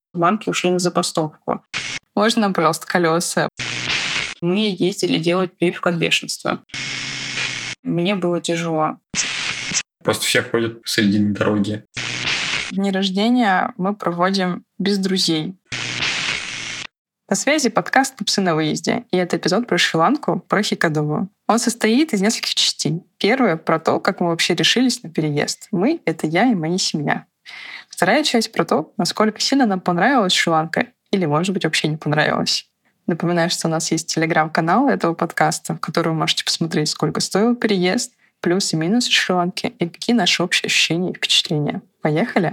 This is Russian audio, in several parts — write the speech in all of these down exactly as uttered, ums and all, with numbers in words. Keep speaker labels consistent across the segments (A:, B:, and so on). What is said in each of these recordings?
A: Банки ушли на забастовку. Можно просто колеса. Мы ездили делать прививку от бешенства. Мне было тяжело.
B: Просто все ходят посередине дороги.
A: Дни рождения мы проводим без друзей. На связи подкаст «Пупсы на выезде», и это эпизод про Шри-Ланку, про Хикадову. Он состоит из нескольких частей. Первая — про то, как мы вообще решились на переезд. Мы — это я и моя семья. Вторая часть — про то, насколько сильно нам понравилась Шри-Ланка, или, может быть, вообще не понравилась. Напоминаю, что у нас есть телеграм-канал этого подкаста, в котором вы можете посмотреть, сколько стоил переезд, плюсы и минусы Шри-Ланки и какие наши общие ощущения и впечатления. Поехали!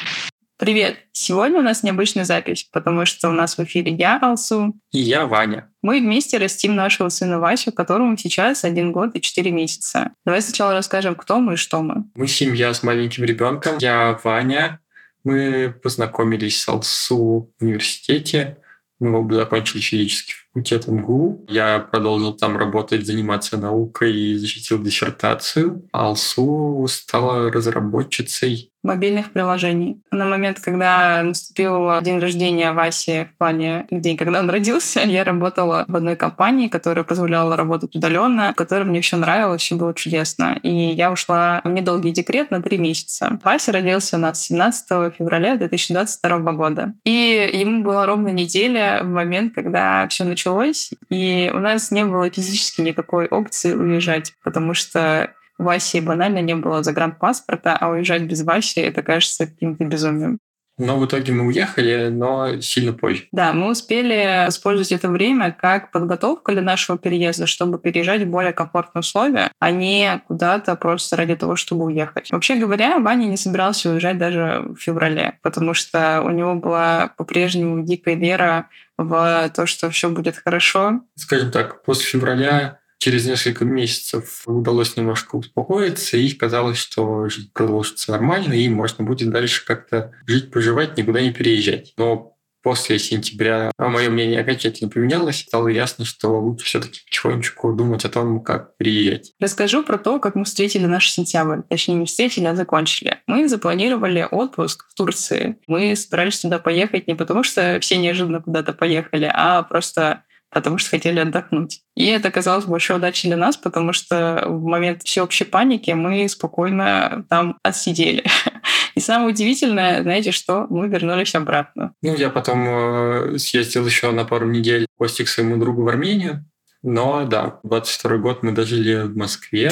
A: Привет! Сегодня у нас необычная запись, потому что у нас в эфире я, Алсу.
B: И я, Ваня.
A: Мы вместе растим нашего сына Васю, которому сейчас один год и четыре месяца. Давай сначала расскажем, кто мы и что мы.
B: Мы семья с маленьким ребенком. Я Ваня. Мы познакомились с Алсу в университете. Мы оба закончили физический факультет эм гэ у. Я продолжил там работать, заниматься наукой и защитил диссертацию. Алсу стала разработчицей
A: мобильных приложений. На момент, когда наступил день рождения Васи, в плане день, когда он родился, я работала в одной компании, которая позволяла работать удаленно, в которой мне все нравилось, все было чудесно. И я ушла в недолгий декрет на три месяца. Вася родился у нас семнадцатого февраля две тысячи двадцать второго года. И ему была ровно неделя в момент, когда все началось, и у нас не было физически никакой опции уезжать, потому что у Васи банально не было загранпаспорта, а уезжать без Васи — это кажется каким-то безумием.
B: Но в итоге мы уехали, но сильно позже.
A: Да, мы успели использовать это время как подготовку для нашего переезда, чтобы переезжать в более комфортные условия, а не куда-то просто ради того, чтобы уехать. Вообще говоря, Ваня не собирался уезжать даже в феврале, потому что у него была по-прежнему дикая вера в то, что все будет хорошо.
B: Скажем так, после февраля через несколько месяцев удалось немножко успокоиться, и казалось, что жизнь продолжится нормально, и можно будет дальше как-то жить, поживать, никуда не переезжать. Но после сентября мое мнение окончательно поменялось, стало ясно, что лучше все-таки потихонечку думать о том, как переезжать.
A: Расскажу про то, как мы встретили наш сентябрь. Точнее, не встретили, а закончили. Мы запланировали отпуск в Турции. Мы собирались туда поехать не потому, что все неожиданно куда-то поехали, а просто потому что хотели отдохнуть. И это оказалось большой удачей для нас, потому что в момент всеобщей паники мы спокойно там отсидели. И самое удивительное, знаете что? Мы вернулись обратно.
B: Ну, я потом э, съездил еще на пару недель в гости к своему другу в Армению. Но да, двадцать второй год мы дожили в Москве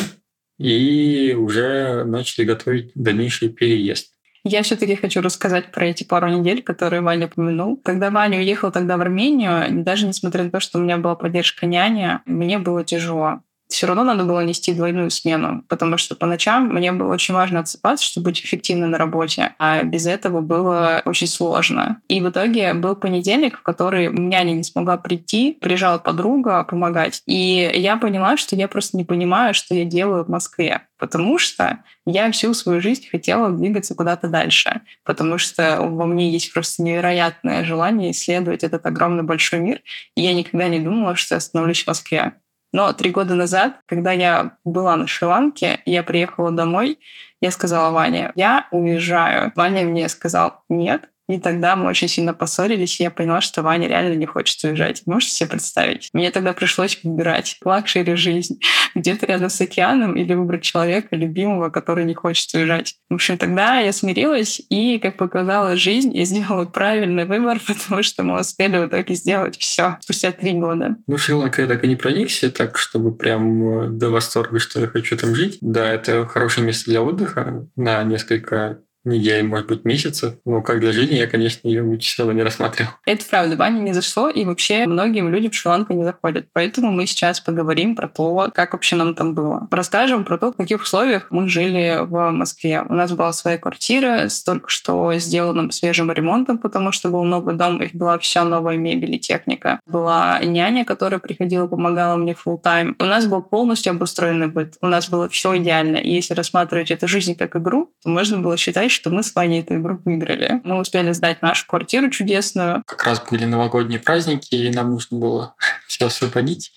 B: и уже начали готовить дальнейший переезд.
A: Я все-таки хочу рассказать про эти пару недель, которые Ваня упомянул. Когда Ваня уехал тогда в Армению, даже несмотря на то, что у меня была поддержка няни, мне было тяжело. Все равно надо было нести двойную смену, потому что по ночам мне было очень важно отсыпаться, чтобы быть эффективной на работе, а без этого было очень сложно. И в итоге был понедельник, в который няня не смогла прийти, приезжала подруга помогать, и я поняла, что я просто не понимаю, что я делаю в Москве, потому что я всю свою жизнь хотела двигаться куда-то дальше, потому что во мне есть просто невероятное желание исследовать этот огромный большой мир, и я никогда не думала, что я остановлюсь в Москве. Но три года назад, когда я была на Шри-Ланке, я приехала домой, я сказала Ване: я уезжаю. Ваня мне сказал: нет. И тогда мы очень сильно поссорились, и я поняла, что Ваня реально не хочет уезжать. Можете себе представить? Мне тогда пришлось выбирать лакшери жизнь где-то рядом с океаном или выбрать человека любимого, который не хочет уезжать. В общем, тогда я смирилась, и, как показала жизнь, я сделала правильный выбор, потому что мы успели в итоге сделать все спустя три года.
B: Ну, Шри-Ланка я так и не проникся, так, чтобы прям до восторга, что я хочу там жить. Да, это хорошее место для отдыха на несколько недель, может быть, месяцев. Но как для жизни я, конечно, ее вычисленно не рассматривал.
A: Это правда, Ване не зашло, и вообще многим людям Шри-Ланка не заходит. Поэтому мы сейчас поговорим про то, как вообще нам там было. Расскажем про то, в каких условиях мы жили в Москве. У нас была своя квартира с только что сделанным свежим ремонтом, потому что был новый дом, и была вся новая мебель и техника. Была няня, которая приходила, помогала мне фулл-тайм. У нас был полностью обустроенный быт. У нас было все идеально. И если рассматривать эту жизнь как игру, то можно было считать, что мы с Ваней эту игру выиграли. Мы успели сдать нашу квартиру чудесную.
B: Как раз были новогодние праздники, и нам нужно было все освободить.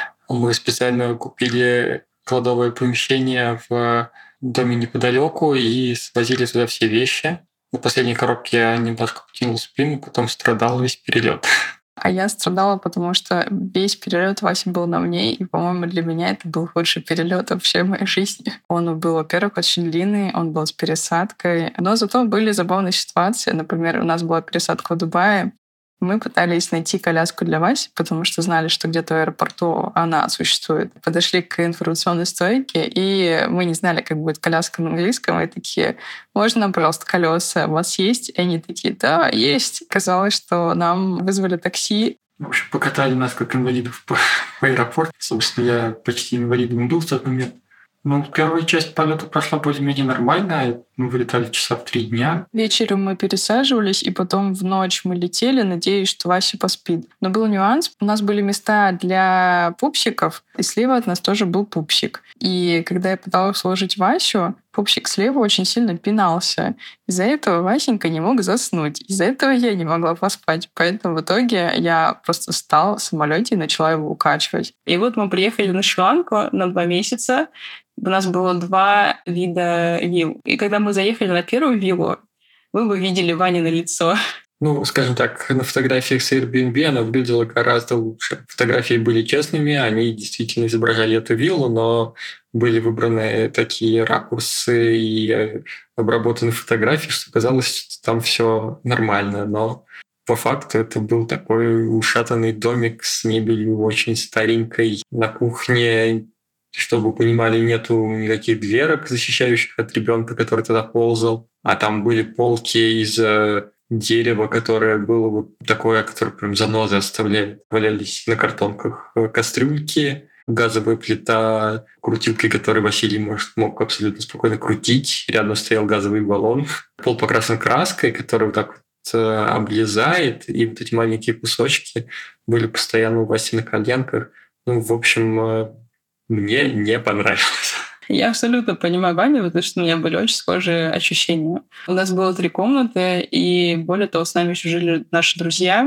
B: Мы специально купили кладовое помещение в доме неподалеку и свозили туда все вещи. На последней коробке я немножко потянул спину, потом страдал весь перелет.
A: А я страдала, потому что весь перелет Вася был на мне, и, по-моему, для меня это был худший перелет вообще в моей жизни. Он был, во-первых, очень длинный, он был с пересадкой, но зато были забавные ситуации. Например, у нас была пересадка в Дубае. Мы пытались найти коляску для Васи, потому что знали, что где-то в аэропорту она существует. Подошли к информационной стойке, и мы не знали, как будет коляска на английском, и такие: можно нам, пожалуйста, колеса? У вас есть? И они такие: да, есть. Казалось, что нам вызвали такси.
B: В общем, покатали нас как инвалидов по, по аэропорту. Собственно, я почти инвалидом был в тот момент. Ну, первая часть полета прошла более-менее нормально. Мы вылетали часа в три дня.
A: Вечером мы пересаживались, и потом в ночь мы летели, надеясь, что Вася поспит. Но был нюанс. У нас были места для пупсиков, и слева от нас тоже был пупсик. И когда я пыталась сложить Васю, пупсик слева очень сильно пинался. Из-за этого Васенька не мог заснуть. Из-за этого я не могла поспать. Поэтому в итоге я просто встала в самолете и начала его укачивать. И вот мы приехали на Шри-Ланку на два месяца. У нас было два вида вилл. И когда мы заехали на первую виллу, вы бы видели Ванино лицо.
B: Ну, скажем так, на фотографиях с Airbnb она выглядела гораздо лучше. Фотографии были честными, они действительно изображали эту виллу, но были выбраны такие ракурсы и обработаны фотографии, что казалось, что там все нормально. Но по факту это был такой ушатанный домик с мебелью очень старенькой. На кухне, чтобы вы понимали, нету никаких дверок, защищающих от ребенка, который туда ползал. А там были полки из дерева, которое было вот такое, которое прям занозы оставляли. Валялись на картонках кастрюльки, газовая плита, крутилки, которые Василий может, мог абсолютно спокойно крутить. Рядом стоял газовый баллон. Пол покрашен краской, который вот так вот облезает, и вот эти маленькие кусочки были постоянно у Васи на коленках. Ну, в общем, мне не понравилось.
A: Я абсолютно понимаю Ваню, потому что у меня были очень схожие ощущения. У нас было три комнаты, и более того, с нами еще жили наши друзья,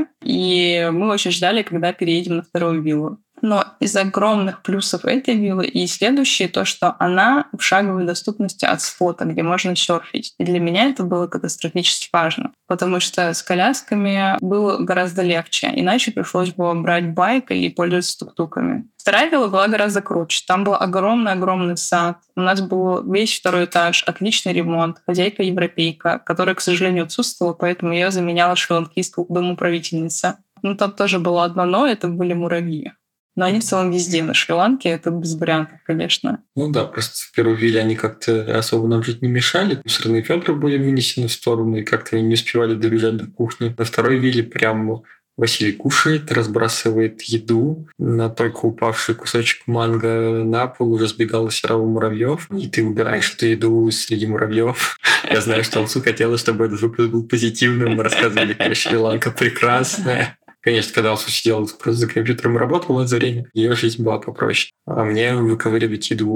A: и мы очень ждали, когда переедем на вторую виллу. Но из огромных плюсов этой виллы и следующее то, что она в шаговой доступности от спота, где можно серфить. И для меня это было катастрофически важно, потому что с колясками было гораздо легче. Иначе пришлось бы брать байк и пользоваться тук-туками. Вторая вилла была гораздо круче. Там был огромный-огромный сад. У нас был весь второй этаж, отличный ремонт, хозяйка-европейка, которая, к сожалению, отсутствовала, поэтому ее заменяла шри-ланкийская домоправительница. Ну, там тоже было одно «но», это были муравьи. Но они в целом везде. На Шри-Ланке это без вариантов, конечно.
B: Ну да, просто в первой вилле они как-то особо нам жить не мешали. Мусорные ведра были вынесены в сторону, и как-то они не успевали добежать до кухни. На второй вилле прям Василий кушает, разбрасывает еду. На только упавший кусочек манго на пол уже сбегалась орава муравьев. И ты убираешь эту еду среди муравьев. Я знаю, что Алсу хотела, чтобы этот выпуск был позитивным. Мы рассказывали, как Шри-Ланка прекрасная. Конечно, когда Алсу сидела просто за компьютером и работала в это время, ее жизнь была попроще. А мне выковыривать еду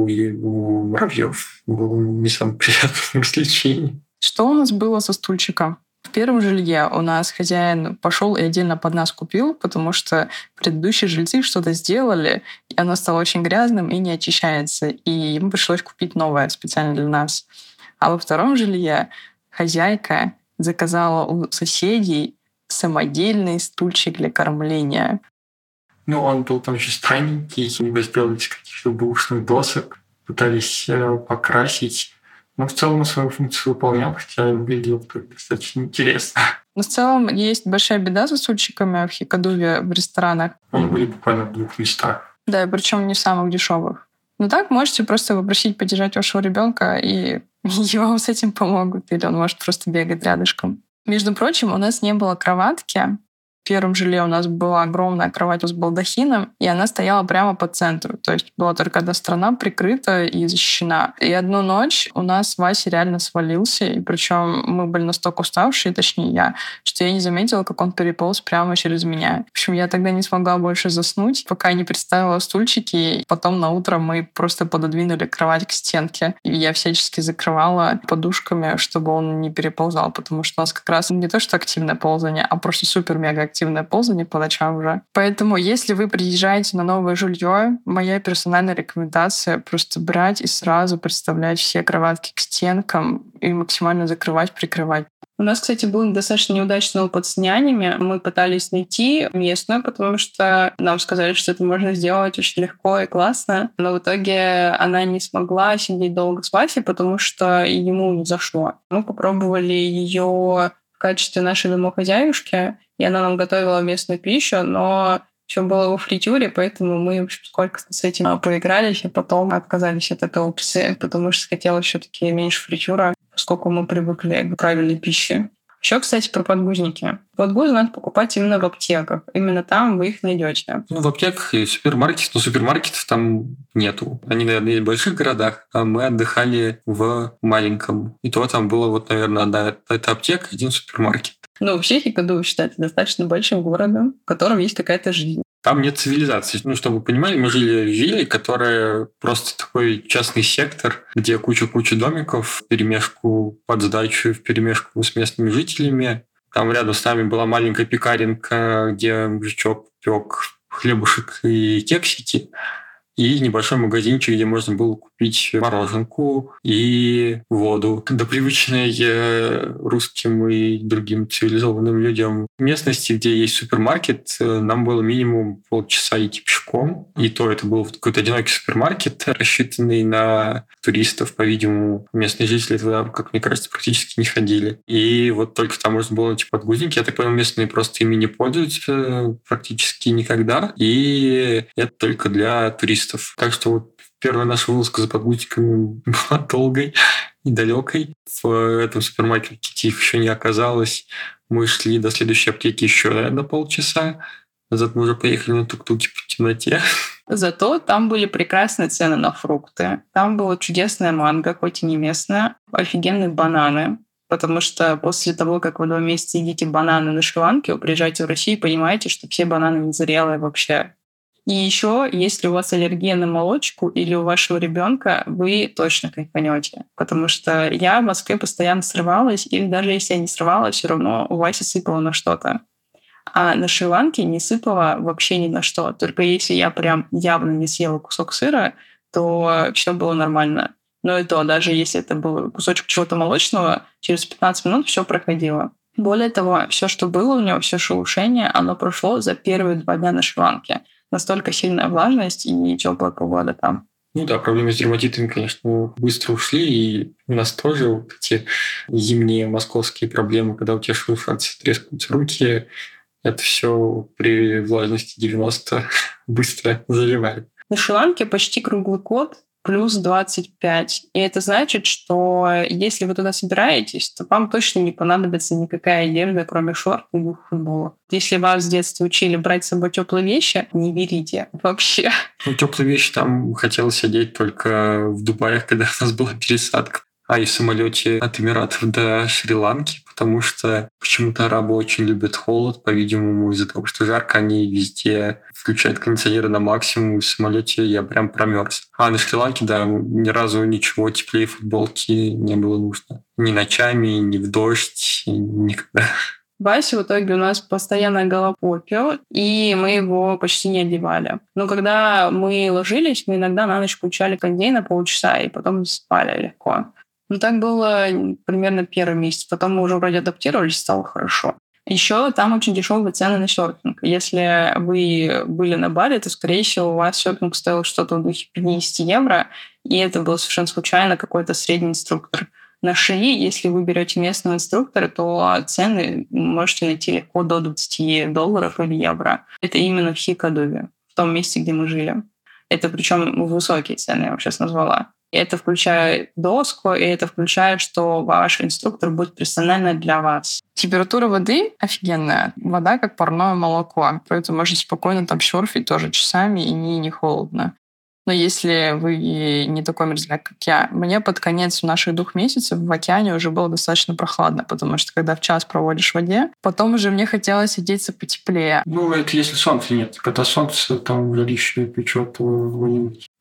B: у муравьев было не самым приятным развлечением.
A: Что у нас было со стульчиком? В первом жилье у нас хозяин пошел и отдельно под нас купил, потому что предыдущие жильцы что-то сделали, и оно стало очень грязным и не очищается. И ему пришлось купить новое специально для нас. А во втором жилье хозяйка заказала у соседей самодельный стульчик для кормления.
B: Ну, он был там очень странненький, его сделали из каких-то бэушных досок, пытались э, покрасить. Но в целом свою функцию выполнял, хотя выглядел достаточно интересно.
A: Но в целом есть большая беда со стульчиками в Хикадуве в ресторанах.
B: Они были буквально в двух местах.
A: Да, причем не в самых дешевых. Но так можете просто попросить подержать вашего ребенка, и его вам с этим помогут, или он может просто бегать рядышком. Между прочим, у нас не было кроватки. В первом жилье у нас была огромная кровать с балдахином, и она стояла прямо по центру. То есть была только одна сторона прикрыта и защищена. И одну ночь у нас Вася реально свалился, и причем мы были настолько уставшие, точнее я, что я не заметила, как он переполз прямо через меня. В общем, я тогда не смогла больше заснуть, пока не представила стульчики. Потом на утро мы просто пододвинули кровать к стенке, и я всячески закрывала подушками, чтобы он не переползал, потому что у нас как раз не то что активное ползание, а просто супер-мега активное ползание по ночам уже. Поэтому, если вы приезжаете на новое жилье, моя персональная рекомендация — просто брать и сразу представлять все кроватки к стенкам и максимально закрывать, прикрывать. У нас, кстати, был достаточно неудачный опыт с нянями. Мы пытались найти местную, потому что нам сказали, что это можно сделать очень легко и классно. Но в итоге она не смогла сидеть долго с Васей, потому что ему не зашло. Мы попробовали ее в качестве нашей домохозяюшки, и она нам готовила местную пищу, но все было во фритюре, поэтому мы, в общем, сколько с этим поигрались, и потом отказались от этой опции, потому что хотелось все-таки меньше фритюра, поскольку мы привыкли к правильной пище. Еще, кстати, про подгузники. Подгузы надо покупать именно в аптеках. Именно там вы их найдете.
B: Ну, в аптеках и супермаркетах, но супермаркетов там нету. Они, наверное, есть в больших городах, а мы отдыхали в маленьком. И то там было, вот, наверное, одна эта аптека, один супермаркет.
A: Ну, вообще, Хикаду считается достаточно большим городом, в котором есть какая-то жизнь.
B: Там нет цивилизации. Ну, чтобы вы понимали, мы жили в вилле, которая просто такой частный сектор, где куча-куча домиков, вперемешку под сдачу, вперемешку с местными жителями. Там рядом с нами была маленькая пекаренка, где мужичок пек хлебушек и кексики. И небольшой магазинчик, где можно было купить мороженку и воду. До привычной русским и другим цивилизованным людям местности, где есть супермаркет, нам было минимум полчаса идти пешком. И то это был какой-то одинокий супермаркет, рассчитанный на туристов. По-видимому, местные жители туда, как мне кажется, практически не ходили. И вот только там можно было найти подгузники. Я так понял, местные просто ими не пользуются практически никогда. И это только для туристов. Так что вот первая наша вылазка за подгузниками была долгой и далекой. В этом супермаркете их еще не оказалось. Мы шли до следующей аптеки еще, наверное, полчаса. Назад мы уже поехали на тук-туке по темноте.
A: Зато там были прекрасные цены на фрукты. Там было чудесная манго, хоть и не местная, офигенные бананы. Потому что после того, как вы два месяца едите бананы на Шри-Ланке, вы приезжаете в Россию и понимаете, что все бананы незрелые вообще. И еще, если у вас аллергия на молочку или у вашего ребенка, вы точно кайфанете. Потому что я в Москве постоянно срывалась, или даже если я не срывалась, все равно у Васи сыпало на что-то. А на Шри-Ланке не сыпало вообще ни на что. Только если я прям явно не съела кусок сыра, то все было нормально. Но и то, даже если это был кусочек чего-то молочного, через пятнадцать минут все проходило. Более того, все, что было у него, все шелушение, оно прошло за первые два дня на Шри-Ланке. Настолько сильная влажность и теплая погода там.
B: Ну да, проблемы с дерматитами, конечно, быстро ушли, и у нас тоже вот эти зимние московские проблемы, когда у тебя шелушатся, трескаются руки, это все при влажности девяносто быстро заливает.
A: На Шри-Ланке почти круглый год плюс двадцать пять. И это значит, что если вы туда собираетесь, то вам точно не понадобится никакая одежда, кроме шорт и двух футболок. Если вас с детства учили брать с собой теплые вещи, не берите вообще.
B: Ну, теплые вещи там хотелось одеть только в Дубае, когда у нас была пересадка. А и в самолете от Эмиратов до Шри-Ланки, потому что почему-то арабы очень любят холод, по-видимому, из-за того, что жарко, они везде включают кондиционеры на максимум, и в самолете я прям промерз. А на Шри-Ланке, да, ни разу ничего теплее футболки не было нужно. Ни ночами, ни в дождь, никогда.
A: Вася в итоге у нас постоянно голопопил, и мы его почти не одевали. Но когда мы ложились, мы иногда на ночь включали кондей на полчаса, и потом спали легко. Ну, так было примерно первый месяц. Потом мы уже вроде адаптировались, стало хорошо. Еще там очень дешевые цены на серфинг. Если вы были на Бали, то, скорее всего, у вас серфинг стоил что-то в духе пятьдесят евро, и это был совершенно случайно какой-то средний инструктор. На Шии, если вы берете местного инструктора, то цены можете найти легко до двадцать долларов или евро. Это именно в Хикадуве, в том месте, где мы жили. Это причем высокие цены, я вам сейчас назвала. И это включает доску, и это включает, что ваш инструктор будет персонально для вас. Температура воды офигенная. Вода как парное молоко. Поэтому можно спокойно там серфить тоже часами, и не, не холодно. Но если вы не такой мерзляк, как я, мне под конец наших двух месяцев в океане уже было достаточно прохладно, потому что когда в час проводишь в воде, потом уже мне хотелось одеться потеплее.
B: Ну, это если солнца нет. Когда солнце, там жарище печет.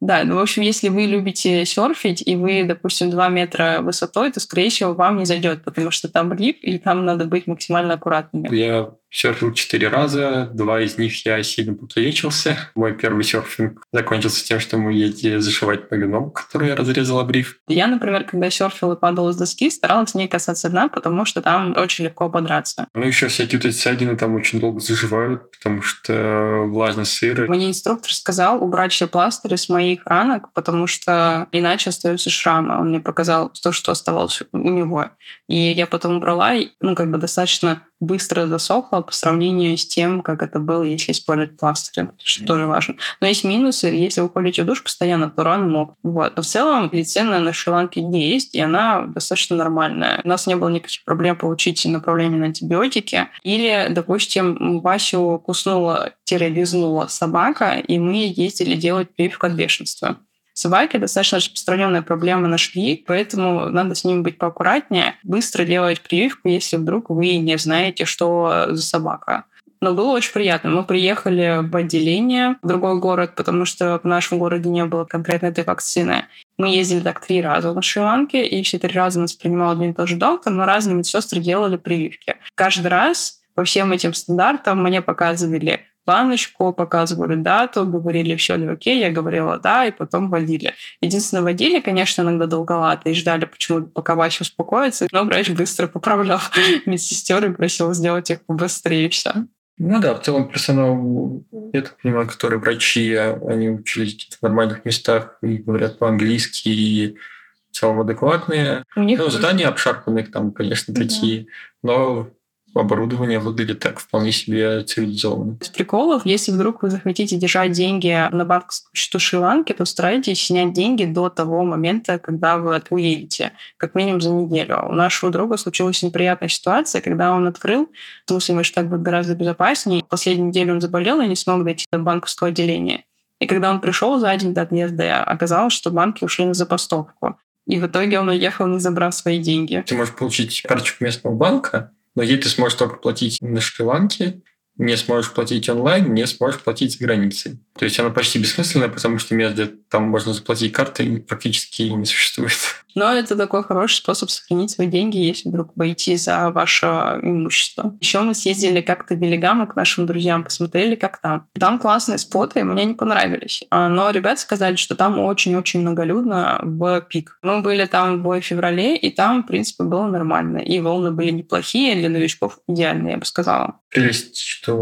A: Да, ну, в общем, если вы любите серфить, и вы, допустим, два метра высотой, то, скорее всего, вам не зайдет, потому что там риф, и там надо быть максимально аккуратными.
B: Я серфил четыре раза, два из них я сильно покалечился. Мой первый серфинг закончился тем, что мы ездили зашивать мою ногу, которую я разрезал об риф.
A: Я, например, когда серфил и падал с доски, старалась не касаться дна, потому что там очень легко ободраться.
B: Ну, еще всякие вот эти ссадины там очень долго заживают, потому что влажно сыро.
A: Мне инструктор сказал убрать все пластыри с моих ранок, потому что иначе остаются шрамы. Он мне показал то, что оставалось у него. И я потом убрала, и, ну, как бы достаточно быстро засохло по сравнению с тем, как это было, если использовать пластыри, что тоже важно. Но есть минусы. Если вы ходите в душ постоянно, то раны могут. Вот. Но в целом медицина на Шри-Ланке не есть, и она достаточно нормальная. У нас не было никаких проблем получить направление на антибиотики. Или, допустим, Васю куснула-лизнула собака, и мы ездили делать прививку от бешенства. Собаки — достаточно распространенная проблема на Шри, поэтому надо с ними быть поаккуратнее, быстро делать прививку, если вдруг вы не знаете, что за собака. Но было очень приятно. Мы приехали в отделение в другой город, потому что в нашем городе не было конкретно этой вакцины. Мы ездили так три раза на Шри-Ланке, и все три раза нас принимал один и тот же доктор, но разные медсестры делали прививки. Каждый раз по всем этим стандартам мне показывали баночку, показывали дату, говорили, все ли окей, я говорила да, и потом водили. Единственное, водили, конечно, иногда долговато, и ждали, почему, пока Вася успокоится, но врач быстро поправлял медсестер и просил сделать их побыстрее, и все.
B: Ну да, в целом персонал, я так понимаю, которые врачи, они учились в нормальных местах и говорят по-английски, и в целом адекватные.
A: У них
B: ну, задания обшарпанных там, конечно,
A: да.
B: такие, но оборудование выглядит так вполне себе цивилизованно.
A: Из приколов, если вдруг вы захотите держать деньги на банковском счету Шри-Ланки, то старайтесь снять деньги до того момента, когда вы уедете, как минимум за неделю. У нашего друга случилась неприятная ситуация, когда он открыл, думали, что так будет гораздо безопаснее. Последнюю неделю он заболел и не смог дойти до банковского отделения. И когда он пришел за день до отъезда, оказалось, что банки ушли на забастовку. И в итоге он уехал, не забрав свои деньги.
B: Ты можешь получить карточку местного банка, но ей ты сможешь только платить на Шри-Ланке, не сможешь платить онлайн, не сможешь платить за границей. То есть она почти бессмысленная, потому что мест, где там можно заплатить картой, практически не существует.
A: Но это такой хороший способ сохранить свои деньги, если вдруг боитесь за ваше имущество. Еще мы съездили как-то в Велигаму к нашим друзьям, посмотрели, как там. Там классные споты, мне не понравились. Но ребята сказали, что там очень-очень многолюдно в пик. Мы были там в феврале, и там, в принципе, было нормально. И волны были неплохие, для новичков идеальные, я бы сказала.
B: Прелесть,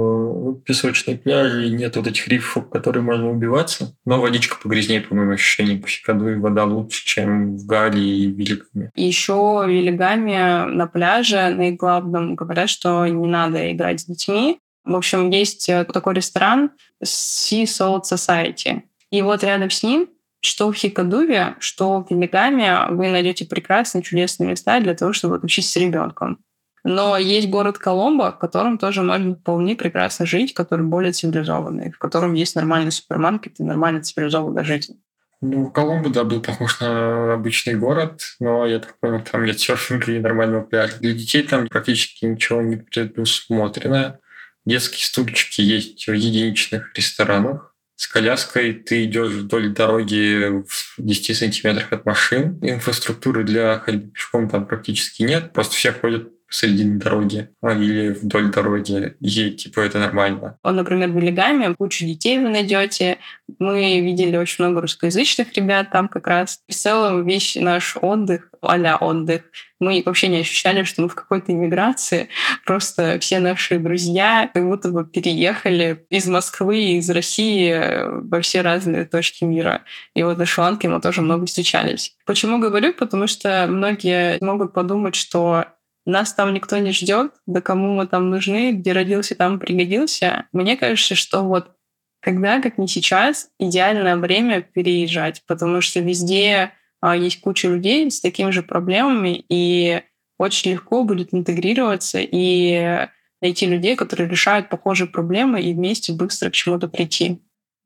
B: что песочные пляжи, нет вот этих рифов, в которые можно убиваться. Но водичка погрязнее, по моему ощущению, по Хикаду, и вода лучше, чем в Гали и Велигаме.
A: И еще в Велигаме на пляже, на их главном, говорят, что не надо играть с детьми. В общем, есть такой ресторан Sea Salt Society. И вот рядом с ним, что в Хикадуве, что в Велигаме, вы найдете прекрасные, чудесные места для того, чтобы учиться с ребенком. Но есть город Коломбо, в котором тоже можно вполне прекрасно жить, который более цивилизованный, в котором есть нормальный супермаркет и нормальная цивилизованная жизнь.
B: Ну, Коломбо, да, был похож на обычный город, но я так понял, там нет серфинга и нормального пляжа. Для детей там практически ничего не предусмотрено. Детские стульчики есть в единичных ресторанах. С коляской ты идешь вдоль дороги в десяти сантиметрах от машин. Инфраструктуры для ходьбы пешком там практически нет. Просто все ходят посередине дороги или вдоль дороги, и типа это нормально.
A: Он, например, в Велигаме кучу детей вы найдете. Мы видели очень много русскоязычных ребят там как раз. В целом весь наш отдых, а-ля отдых, мы вообще не ощущали, что мы в какой-то иммиграции. Просто все наши друзья как будто бы переехали из Москвы, из России во все разные точки мира. И вот на Шри-Ланке мы тоже много встречались. Почему говорю? Потому что многие могут подумать, что нас там никто не ждет, да кому мы там нужны, где родился, там пригодился. Мне кажется, что вот когда, как не сейчас, идеальное время переезжать, потому что везде а, есть куча людей с такими же проблемами, и очень легко будет интегрироваться и найти людей, которые решают похожие проблемы, и вместе быстро к чему-то прийти.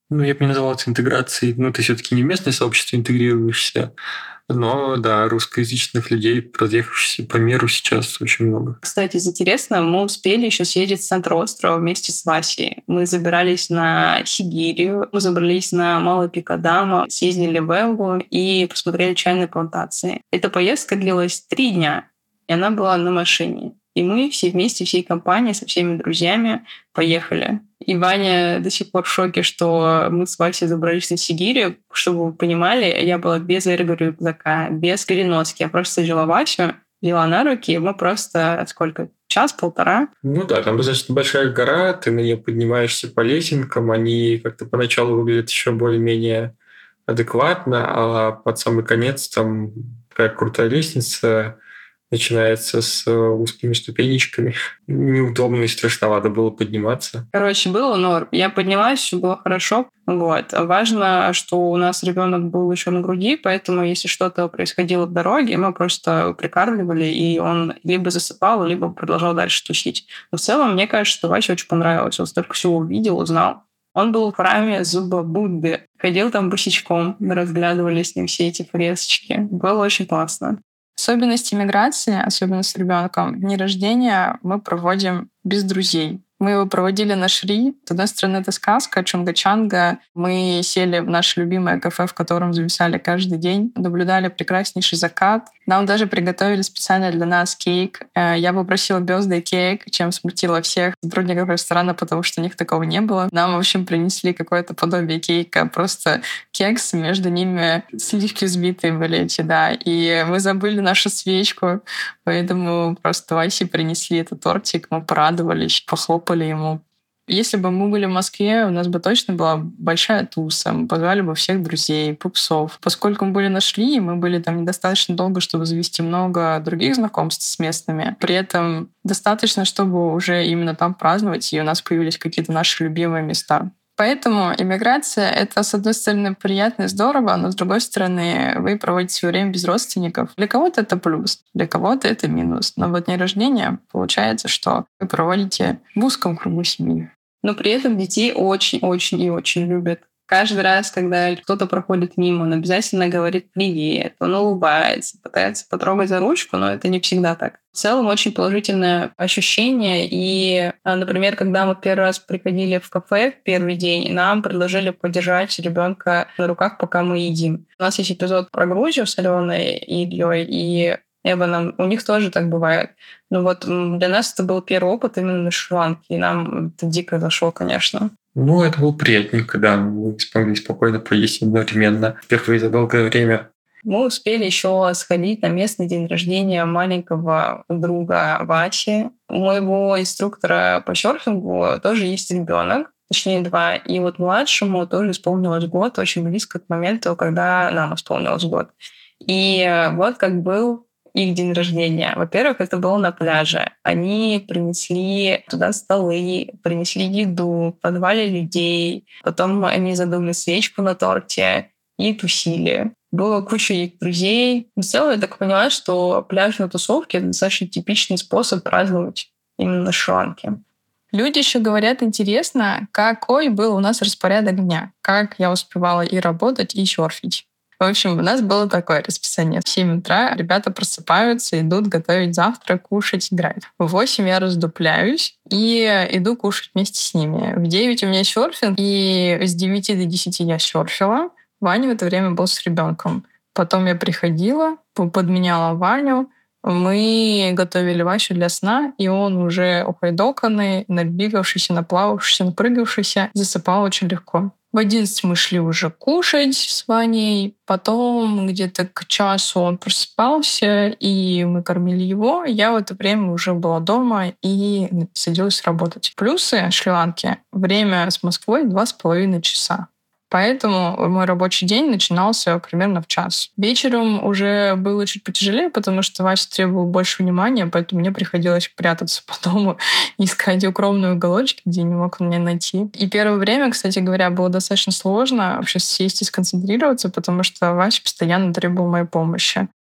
B: Ну, я бы не назвал это интеграцией. Ну, ты все-таки не в местное сообщество интегрируешься. Но, да, русскоязычных людей, разъехавшихся по миру, сейчас очень много.
A: Кстати, из интересного, мы успели еще съездить в центр острова вместе с Васей. Мы забирались на Сигирию, мы забрались на Малый пик Адама, съездили в Элву и посмотрели чайные плантации. Эта поездка длилась три дня, и она была на машине. И мы все вместе, всей компанией, со всеми друзьями поехали. И Ваня до сих пор в шоке, что мы с Васей забрались на Сигирию. Чтобы вы понимали, я была без эрго-рюкзака, без переноски. Я просто взяла Васю, взяла на руки, и мы просто сколько? Час-полтора?
B: Ну да, там достаточно большая гора, ты на нее поднимаешься по лесенкам, они как-то поначалу выглядят еще более-менее адекватно, а под самый конец там такая крутая лестница, начинается с узкими ступенечками. Неудобно и страшновато было подниматься.
A: Короче, было норм. Я поднялась, все было хорошо. Вот. Важно, что у нас ребенок был еще на груди, поэтому если что-то происходило в дороге, мы просто прикармливали, и он либо засыпал, либо продолжал дальше тусить. Но в целом, мне кажется, что Васе очень понравилось. Он столько всего увидел, узнал. Он был в храме зуба Будды. Ходил там босичком, мы разглядывали с ним все эти фресочки. Было очень классно. Особенность иммиграции, особенно с ребенком, дни рождения мы проводим без друзей. Мы его проводили на Шри. С одной стороны, это сказка Чунга-Чанга. Мы сели в наше любимое кафе, в котором зависали каждый день, наблюдали прекраснейший закат. Нам даже приготовили специально для нас кейк. Я попросила birthday кейк, чем смутила всех сотрудников ресторана, потому что у них такого не было. Нам, в общем, принесли какое-то подобие кейка, просто кекс, между ними сливки взбитые были эти, да. И мы забыли нашу свечку, поэтому просто Васе принесли этот тортик, мы порадовались, похлопали ему. Если бы мы были в Москве, у нас бы точно была большая туса. Мы позвали бы всех друзей, пупсов. Поскольку мы были на Шри, мы были там недостаточно долго, чтобы завести много других знакомств с местными. При этом достаточно, чтобы уже именно там праздновать, и у нас появились какие-то наши любимые места. Поэтому иммиграция — это, с одной стороны, приятно и здорово, но, с другой стороны, вы проводите свое время без родственников. Для кого-то это плюс, для кого-то это минус. Но вот день рождения получается, что вы проводите в узком кругу семьи. Но при этом детей очень-очень и очень любят. Каждый раз, когда кто-то проходит мимо, он обязательно говорит «привет», он улыбается, пытается потрогать за ручку, но это не всегда так. В целом очень положительное ощущение. И, например, когда мы первый раз приходили в кафе в первый день, нам предложили подержать ребенка на руках, пока мы едим. У нас есть эпизод про Грузию с Аленой и Ильей, и Эваном. У них тоже так бывает. Но вот для нас это был первый опыт именно на Шри-Ланке, и нам это дико зашло, конечно.
B: Ну, это было приятненько, да. Мы смогли спокойно поесть одновременно впервые за долгое время.
A: Мы успели еще сходить на местный день рождения маленького друга Васи. У моего инструктора по серфингу тоже есть ребенок, точнее два. И вот младшему тоже исполнилось год, очень близко к моменту, когда нам исполнилось год. И вот как был их день рождения. Во-первых, это было на пляже. Они принесли туда столы, принесли еду, позвали людей. Потом они задули свечку на торте и тусили. Было куча их друзей. В целом, я так поняла, что пляжные тусовки — это достаточно типичный способ праздновать именно на Шри-Ланке. Люди еще говорят, интересно, какой был у нас распорядок дня, как я успевала и работать, и серфить. В общем, у нас было такое расписание. В семь утра ребята просыпаются, идут готовить завтрак, кушать, играть. В восемь я раздупляюсь и иду кушать вместе с ними. В девять у меня серфинг, и с девяти до десяти я серфила. Ваня в это время был с ребенком. Потом я приходила, подменяла Ваню, мы готовили Васю для сна, и он уже ухайдоканный, набегавшийся, наплававшийся, напрыгавшийся, засыпал очень легко. В одиннадцать мы шли уже кушать с Ваней. Потом где-то к часу он просыпался, и мы кормили его. Я в это время уже была дома и садилась работать. Плюсы Шри-Ланки: время с Москвой два с половиной часа. Поэтому мой рабочий день начинался примерно в час. Вечером уже было чуть потяжелее, потому что Вася требовал больше внимания, поэтому мне приходилось прятаться по дому, искать укромные уголочки, где не мог меня найти. И первое время, кстати говоря, было достаточно сложно вообще сесть и сконцентрироваться, потому что Вася постоянно требовал моей помощи.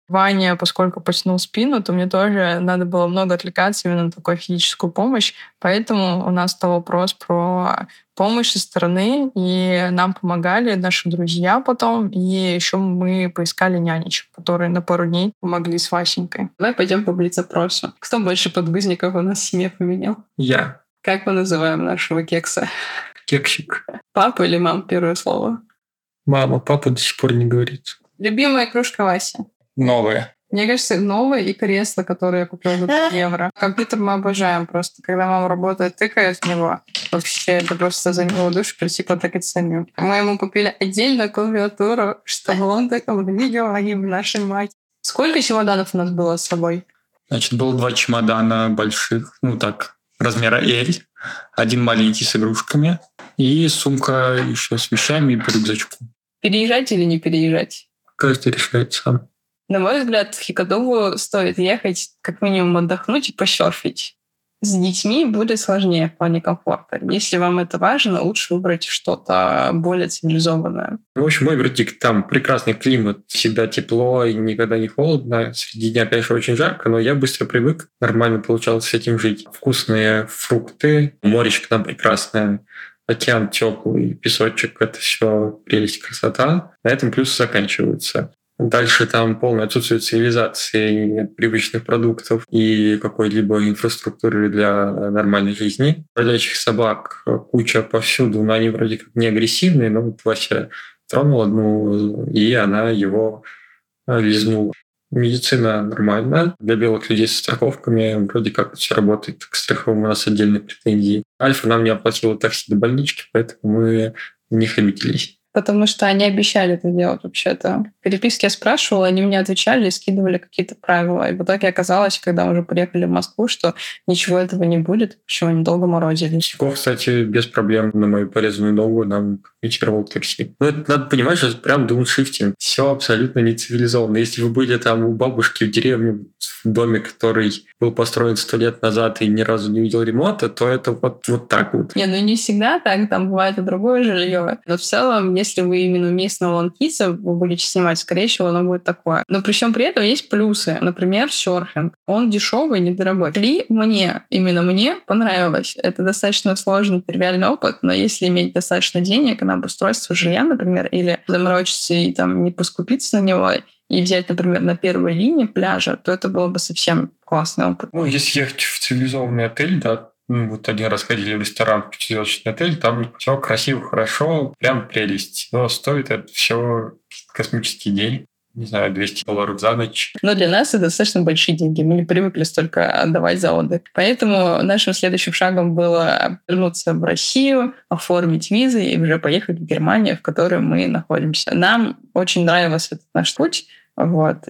A: Ваня, поскольку потянул спину, то мне тоже надо было много отвлекаться именно на такую физическую помощь. Поэтому у нас стал вопрос про помощь со стороны, и нам помогали наши друзья потом, и еще мы поискали нянечек, которые на пару дней помогли с Васенькой. Давай пойдем по блиц-опросу. Кто больше подгузников у нас в семье поменял?
B: Я.
A: Как мы называем нашего кекса?
B: Кексик.
A: Папа или мама первое слово?
B: Мама, папа до сих пор не говорит.
A: Любимая игрушка Вася?
B: Новая.
A: Мне кажется, новое и кресло, которое я купила за три евро. Компьютер мы обожаем просто. Когда мама работает, тыкает в него. Вообще, это просто за него душу прийти потыкать самим. Мы ему купили отдельную клавиатуру, чтобы он такой видео они в нашей мать. Сколько чемоданов у нас было с собой?
B: Значит, было два чемодана больших, ну так, размера L. Один маленький с игрушками. И сумка еще с вещами и по рюкзачку.
A: Переезжать или не переезжать?
B: Каждый решает сам.
A: На мой взгляд, в Хикадову стоит ехать как минимум отдохнуть и пошерфить. С детьми будет сложнее в плане комфорта. Если вам это важно, лучше выбрать что-то более цивилизованное.
B: В общем, мой вердикт, там прекрасный климат, всегда тепло и никогда не холодно. Среди дня, конечно, очень жарко, но я быстро привык, нормально получалось с этим жить. Вкусные фрукты, моречко там прекрасное, океан теплый, песочек, это все прелесть, красота. На этом плюсы заканчиваются. Дальше там полное отсутствие цивилизации, привычных продуктов и какой-либо инфраструктуры для нормальной жизни. Бродячих собак куча повсюду, но они вроде как не агрессивные, но вот Вася тронул одну, и она его лизнула. Медицина нормальная. Для белых людей со страховками вроде как все работает. К страховым у нас отдельные претензии. Альфа нам не оплатила такси до больнички, поэтому мы в них обиделись. Потому что они обещали это делать вообще-то. В переписке я спрашивала, они мне отвечали и скидывали какие-то правила. И в итоге оказалось, когда мы уже приехали в Москву, что ничего этого не будет, почему они долго морозили. Сиков, кстати, без проблем на мою порезанную ногу нам комментировал такси. Но это надо понимать, что это прям дауншифтинг. Все абсолютно не цивилизованно. Если вы были там у бабушки в деревне, в доме, который был построен сто лет назад и ни разу не видел ремонта, то это вот, вот так вот. Не, ну не всегда так, там бывает и другое жилье. Но в целом, если вы именно местного ланкиса вы будете снимать, скорее всего, оно будет такое. Но при всем при этом есть плюсы. Например, серфинг. Он дешевый, недорогой. Ли мне, именно мне понравилось. Это достаточно сложный, тривиальный опыт, но если иметь достаточно денег на обустройство жилья, например, или заморочиться и там не поскупиться на него, и взять, например, на первой линии пляжа, то это было бы совсем классный опыт. Ну, если ехать в цивилизованный отель, да, ну, вот один раз ходили в ресторан, в пятизвездочный отель, там все красиво, хорошо, прям прелесть. Но стоит это все космические деньги. Не знаю, двести долларов за ночь. Но для нас это достаточно большие деньги. Мы не привыкли столько отдавать за отдых. Поэтому нашим следующим шагом было вернуться в Россию, оформить визы и уже поехать в Германию, в которой мы находимся. Нам очень нравился этот наш путь. Вот.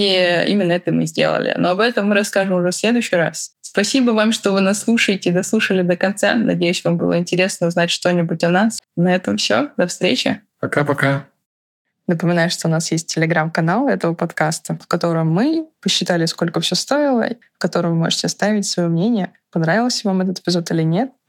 B: И именно это мы сделали. Но об этом мы расскажем уже в следующий раз. Спасибо вам, что вы нас слушаете и дослушали до конца. Надеюсь, вам было интересно узнать что-нибудь о нас. На этом все. До встречи. Пока-пока. Напоминаю, что у нас есть телеграм-канал этого подкаста, в котором мы посчитали, сколько все стоило, в котором вы можете оставить свое мнение, понравился вам этот эпизод или нет.